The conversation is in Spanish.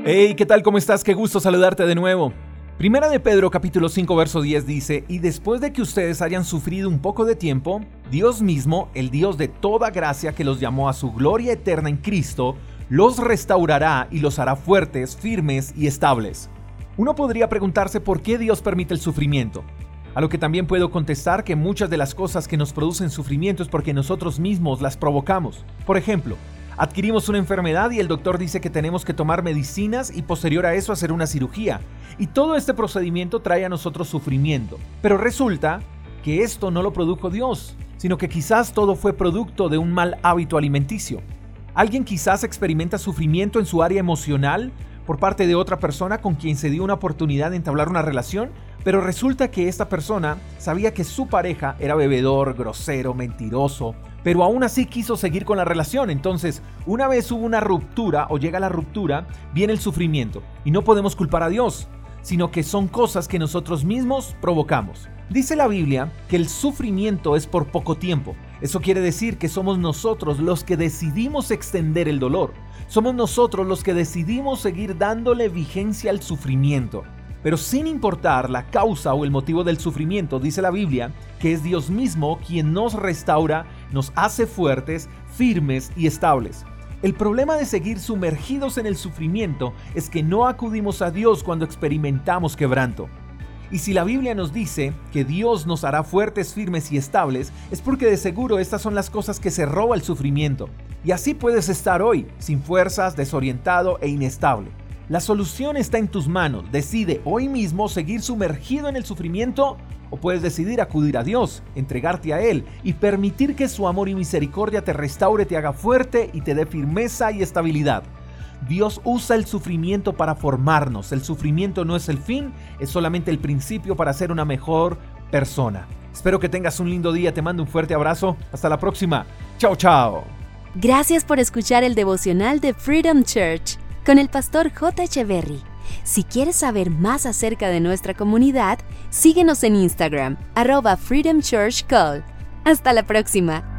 Hey, ¿qué tal? ¿Cómo estás? Qué gusto saludarte de nuevo. Primera de Pedro capítulo 5 verso 10 dice: y después de que ustedes hayan sufrido un poco de tiempo, Dios mismo, el Dios de toda gracia que los llamó a su gloria eterna en Cristo, los restaurará y los hará fuertes, firmes y estables. Uno podría preguntarse por qué Dios permite el sufrimiento. A lo que también puedo contestar que muchas de las cosas que nos producen sufrimiento es porque nosotros mismos las provocamos. Por ejemplo, adquirimos una enfermedad y el doctor dice que tenemos que tomar medicinas y posterior a eso hacer una cirugía. Y todo este procedimiento trae a nosotros sufrimiento. Pero resulta que esto no lo produjo Dios, sino que quizás todo fue producto de un mal hábito alimenticio. Alguien quizás experimenta sufrimiento en su área emocional por parte de otra persona con quien se dio una oportunidad de entablar una relación, pero resulta que esta persona sabía que su pareja era bebedor, grosero, mentiroso, pero aún así quiso seguir con la relación. Entonces, una vez hubo una ruptura o llega la ruptura, viene el sufrimiento. Y no podemos culpar a Dios, sino que son cosas que nosotros mismos provocamos. Dice la Biblia que el sufrimiento es por poco tiempo. Eso quiere decir que somos nosotros los que decidimos extender el dolor. Somos nosotros los que decidimos seguir dándole vigencia al sufrimiento. Pero sin importar la causa o el motivo del sufrimiento, dice la Biblia que es Dios mismo quien nos restaura, nos hace fuertes, firmes y estables. El problema de seguir sumergidos en el sufrimiento es que no acudimos a Dios cuando experimentamos quebranto. Y si la Biblia nos dice que Dios nos hará fuertes, firmes y estables, es porque de seguro estas son las cosas que se roba el sufrimiento. Y así puedes estar hoy, sin fuerzas, desorientado e inestable. La solución está en tus manos. Decide hoy mismo seguir sumergido en el sufrimiento o puedes decidir acudir a Dios, entregarte a Él y permitir que su amor y misericordia te restaure, te haga fuerte y te dé firmeza y estabilidad. Dios usa el sufrimiento para formarnos. El sufrimiento no es el fin, es solamente el principio para ser una mejor persona. Espero que tengas un lindo día. Te mando un fuerte abrazo. Hasta la próxima. Chao, chao. Gracias por escuchar el devocional de Freedom Church con el pastor J. Echeverry. Si quieres saber más acerca de nuestra comunidad, síguenos en Instagram, @Freedom Church Call. Hasta la próxima.